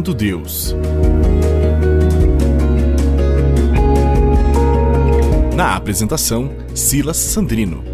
Conhecendo Deus. Na apresentação, Silas Sandrino.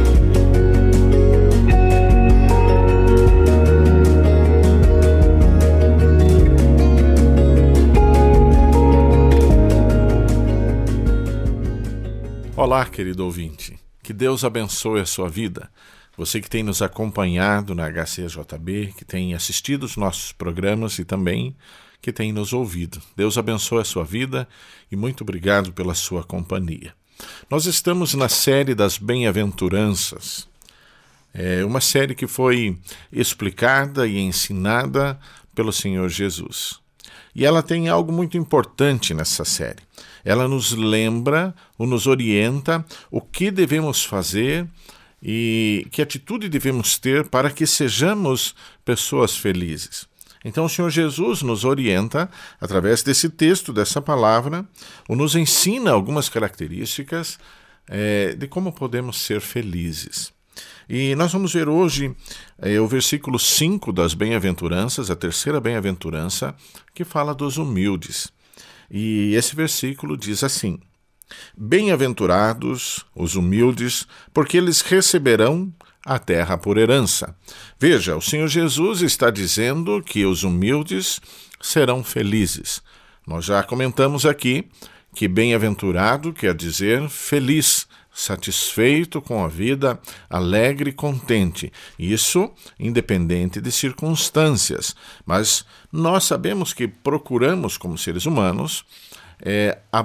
Olá, querido ouvinte. Que Deus abençoe a sua vida. Você que tem nos acompanhado na HCJB, que tem assistido os nossos programas e também que tem nos ouvido. Deus abençoe a sua vida e muito obrigado pela sua companhia. Nós estamos na série das bem-aventuranças. É uma série que foi explicada e ensinada pelo Senhor Jesus. E ela tem algo muito importante nessa série. Ela nos lembra ou nos orienta o que devemos fazer e que atitude devemos ter para que sejamos pessoas felizes. Então o Senhor Jesus nos orienta, através desse texto, dessa palavra, ou nos ensina algumas características de como podemos ser felizes. E nós vamos ver hoje o versículo 5 das bem-aventuranças, a terceira bem-aventurança, que fala dos humildes. E esse versículo diz assim: Bem-aventurados os humildes, porque eles receberão a terra por herança. Veja, o Senhor Jesus está dizendo que os humildes serão felizes. Nós já comentamos aqui que bem-aventurado quer dizer feliz, satisfeito com a vida, alegre e contente. Isso independente de circunstâncias. Mas nós sabemos que procuramos, como seres humanos, a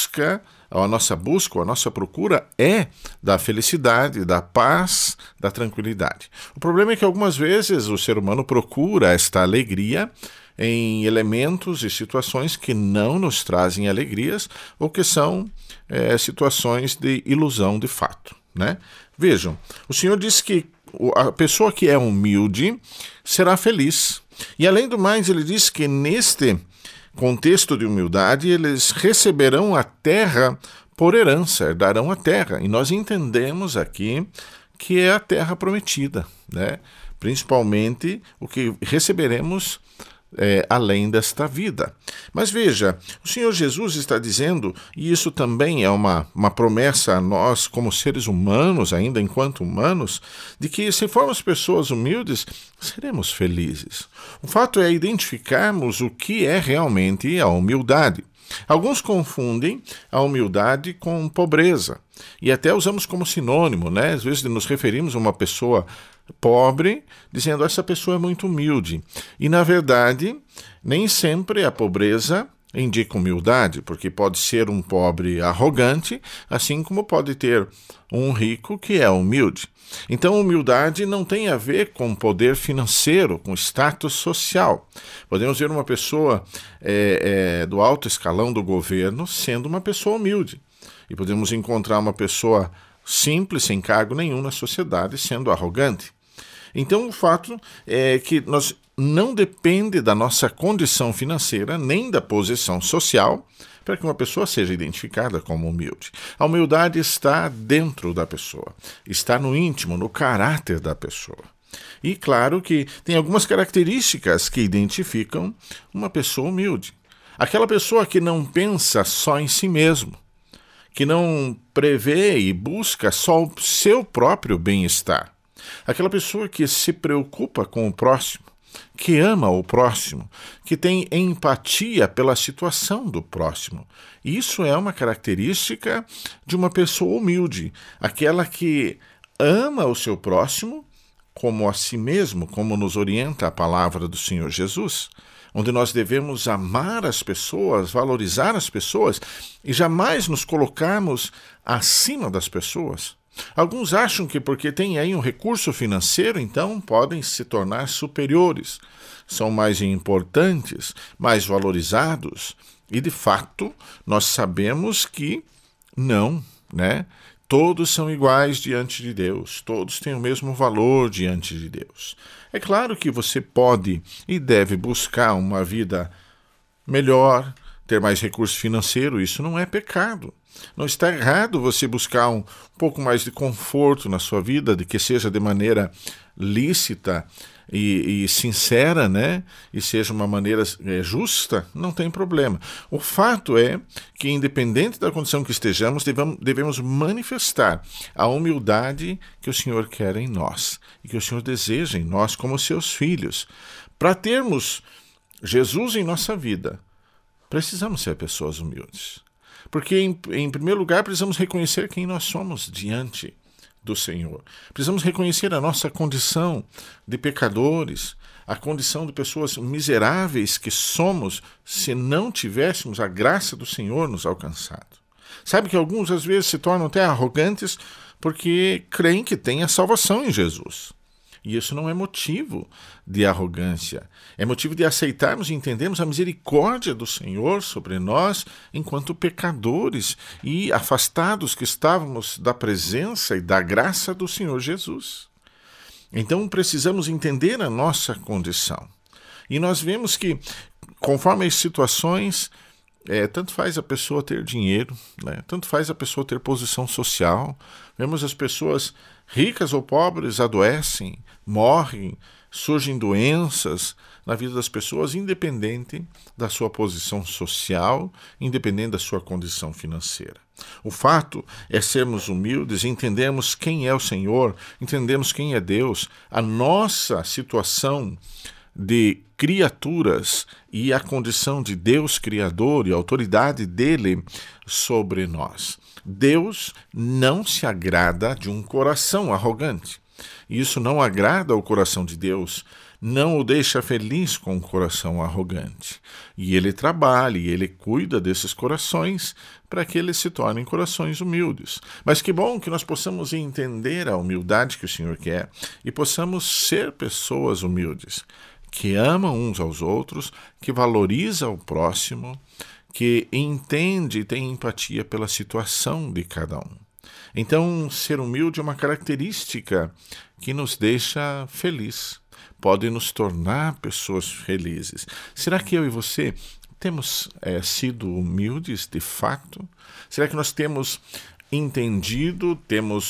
nossa procura é da felicidade, da paz, da tranquilidade. O problema é que algumas vezes o ser humano procura esta alegria em elementos e situações que não nos trazem alegrias ou que são situações de ilusão de fato, né? Vejam, o Senhor diz que a pessoa que é humilde será feliz. E além do mais, ele diz que neste contexto de humildade, eles receberão a terra por herança, herdarão a terra. E nós entendemos aqui que é a terra prometida, né? Principalmente o que receberemos além desta vida. Mas veja, o Senhor Jesus está dizendo, e isso também é uma promessa a nós como seres humanos, ainda enquanto humanos, de que se formos pessoas humildes, seremos felizes. O fato é identificarmos o que é realmente a humildade. Alguns confundem a humildade com pobreza, e até usamos como sinônimo, né? Às vezes nos referimos a uma pessoa pobre, dizendo essa pessoa é muito humilde. E na verdade, nem sempre a pobreza indica humildade, porque pode ser um pobre arrogante, assim como pode ter um rico que é humilde. Então, humildade não tem a ver com poder financeiro, com status social. Podemos ver uma pessoa do alto escalão do governo sendo uma pessoa humilde. E podemos encontrar uma pessoa simples, sem cargo nenhum na sociedade, sendo arrogante. Então, o fato é que nós não depende da nossa condição financeira, nem da posição social, para que uma pessoa seja identificada como humilde. A humildade está dentro da pessoa, está no íntimo, no caráter da pessoa. E claro que tem algumas características que identificam uma pessoa humilde. Aquela pessoa que não pensa só em si mesmo, que não prevê e busca só o seu próprio bem-estar. Aquela pessoa que se preocupa com o próximo, que ama o próximo, que tem empatia pela situação do próximo. Isso é uma característica de uma pessoa humilde, aquela que ama o seu próximo como a si mesmo, como nos orienta a palavra do Senhor Jesus, onde nós devemos amar as pessoas, valorizar as pessoas e jamais nos colocarmos acima das pessoas. Alguns acham que porque tem aí um recurso financeiro, então podem se tornar superiores, são mais importantes, mais valorizados. E de fato, nós sabemos que não, né? Todos são iguais diante de Deus, todos têm o mesmo valor diante de Deus. É claro que você pode e deve buscar uma vida melhor, ter mais recurso financeiro, isso não é pecado. Não está errado você buscar um pouco mais de conforto na sua vida, de que seja de maneira lícita, e sincera, né? E seja uma maneira justa, não tem problema. O fato é que, independente da condição que estejamos, devemos manifestar a humildade que o Senhor quer em nós e que o Senhor deseja em nós como seus filhos. Para termos Jesus em nossa vida, precisamos ser pessoas humildes. Porque, em primeiro lugar, precisamos reconhecer quem nós somos diante do Senhor. Precisamos reconhecer a nossa condição de pecadores, a condição de pessoas miseráveis que somos se não tivéssemos a graça do Senhor nos alcançado. Sabe que alguns, às vezes, se tornam até arrogantes porque creem que têm a salvação em Jesus. E isso não é motivo de arrogância. É motivo de aceitarmos e entendermos a misericórdia do Senhor sobre nós enquanto pecadores e afastados que estávamos da presença e da graça do Senhor Jesus. Então precisamos entender a nossa condição. E nós vemos que, conforme as situações, tanto faz a pessoa ter dinheiro, né? Tanto faz a pessoa ter posição social. Vemos as pessoas ricas ou pobres adoecem, morrem, surgem doenças na vida das pessoas, independente da sua posição social, independente da sua condição financeira. O fato é sermos humildes, entendermos quem é o Senhor, entendemos quem é Deus, a nossa situação de criaturas e a condição de Deus Criador e a autoridade dele sobre nós. Deus não se agrada de um coração arrogante. E isso não agrada ao coração de Deus, não o deixa feliz com um coração arrogante. E ele trabalha e ele cuida desses corações para que eles se tornem corações humildes. Mas que bom que nós possamos entender a humildade que o Senhor quer e possamos ser pessoas humildes, que amam uns aos outros, que valoriza o próximo, que entende e tem empatia pela situação de cada um. Então, ser humilde é uma característica que nos deixa feliz, pode nos tornar pessoas felizes. Será que eu e você temos sido humildes de fato? Será que nós temos entendido, temos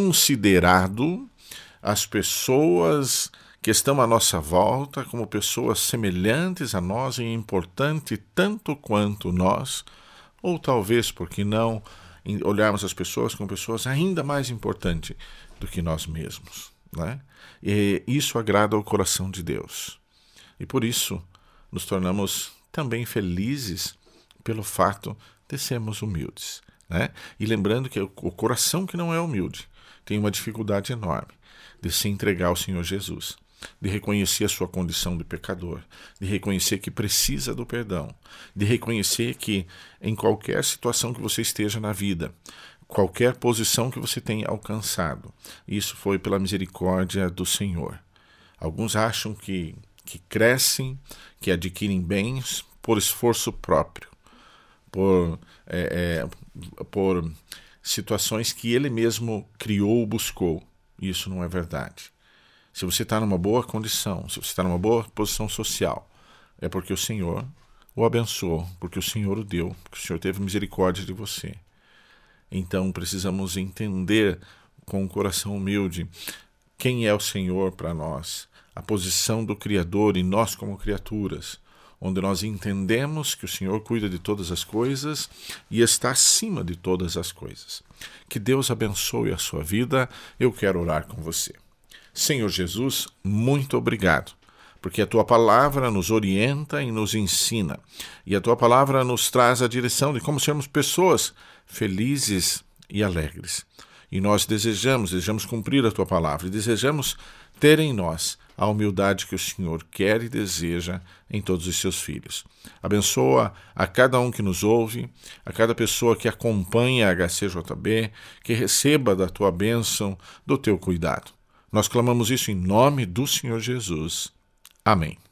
considerado as pessoas que estão à nossa volta como pessoas semelhantes a nós e importantes tanto quanto nós? Ou talvez, por que não, olharmos as pessoas como pessoas ainda mais importantes do que nós mesmos, né? E isso agrada ao coração de Deus. E por isso nos tornamos também felizes pelo fato de sermos humildes, né? E lembrando que o coração que não é humilde tem uma dificuldade enorme de se entregar ao Senhor Jesus, de reconhecer a sua condição de pecador, de reconhecer que precisa do perdão, de reconhecer que em qualquer situação que você esteja na vida, qualquer posição que você tenha alcançado, isso foi pela misericórdia do Senhor. Alguns acham que crescem, que adquirem bens por esforço próprio, por situações que ele mesmo criou ou buscou. Isso não é verdade. Se você está numa boa condição, se você está numa boa posição social, é porque o Senhor o abençoou, porque o Senhor o deu, porque o Senhor teve misericórdia de você. Então precisamos entender com um coração humilde quem é o Senhor para nós, a posição do Criador e nós como criaturas, onde nós entendemos que o Senhor cuida de todas as coisas e está acima de todas as coisas. Que Deus abençoe a sua vida. Eu quero orar com você. Senhor Jesus, muito obrigado, porque a Tua palavra nos orienta e nos ensina, e a Tua palavra nos traz a direção de como sermos pessoas felizes e alegres. E nós desejamos cumprir a Tua palavra, e desejamos ter em nós a humildade que o Senhor quer e deseja em todos os seus filhos. Abençoa a cada um que nos ouve, a cada pessoa que acompanha a HCJB, que receba da Tua bênção, do Teu cuidado. Nós clamamos isso em nome do Senhor Jesus. Amém.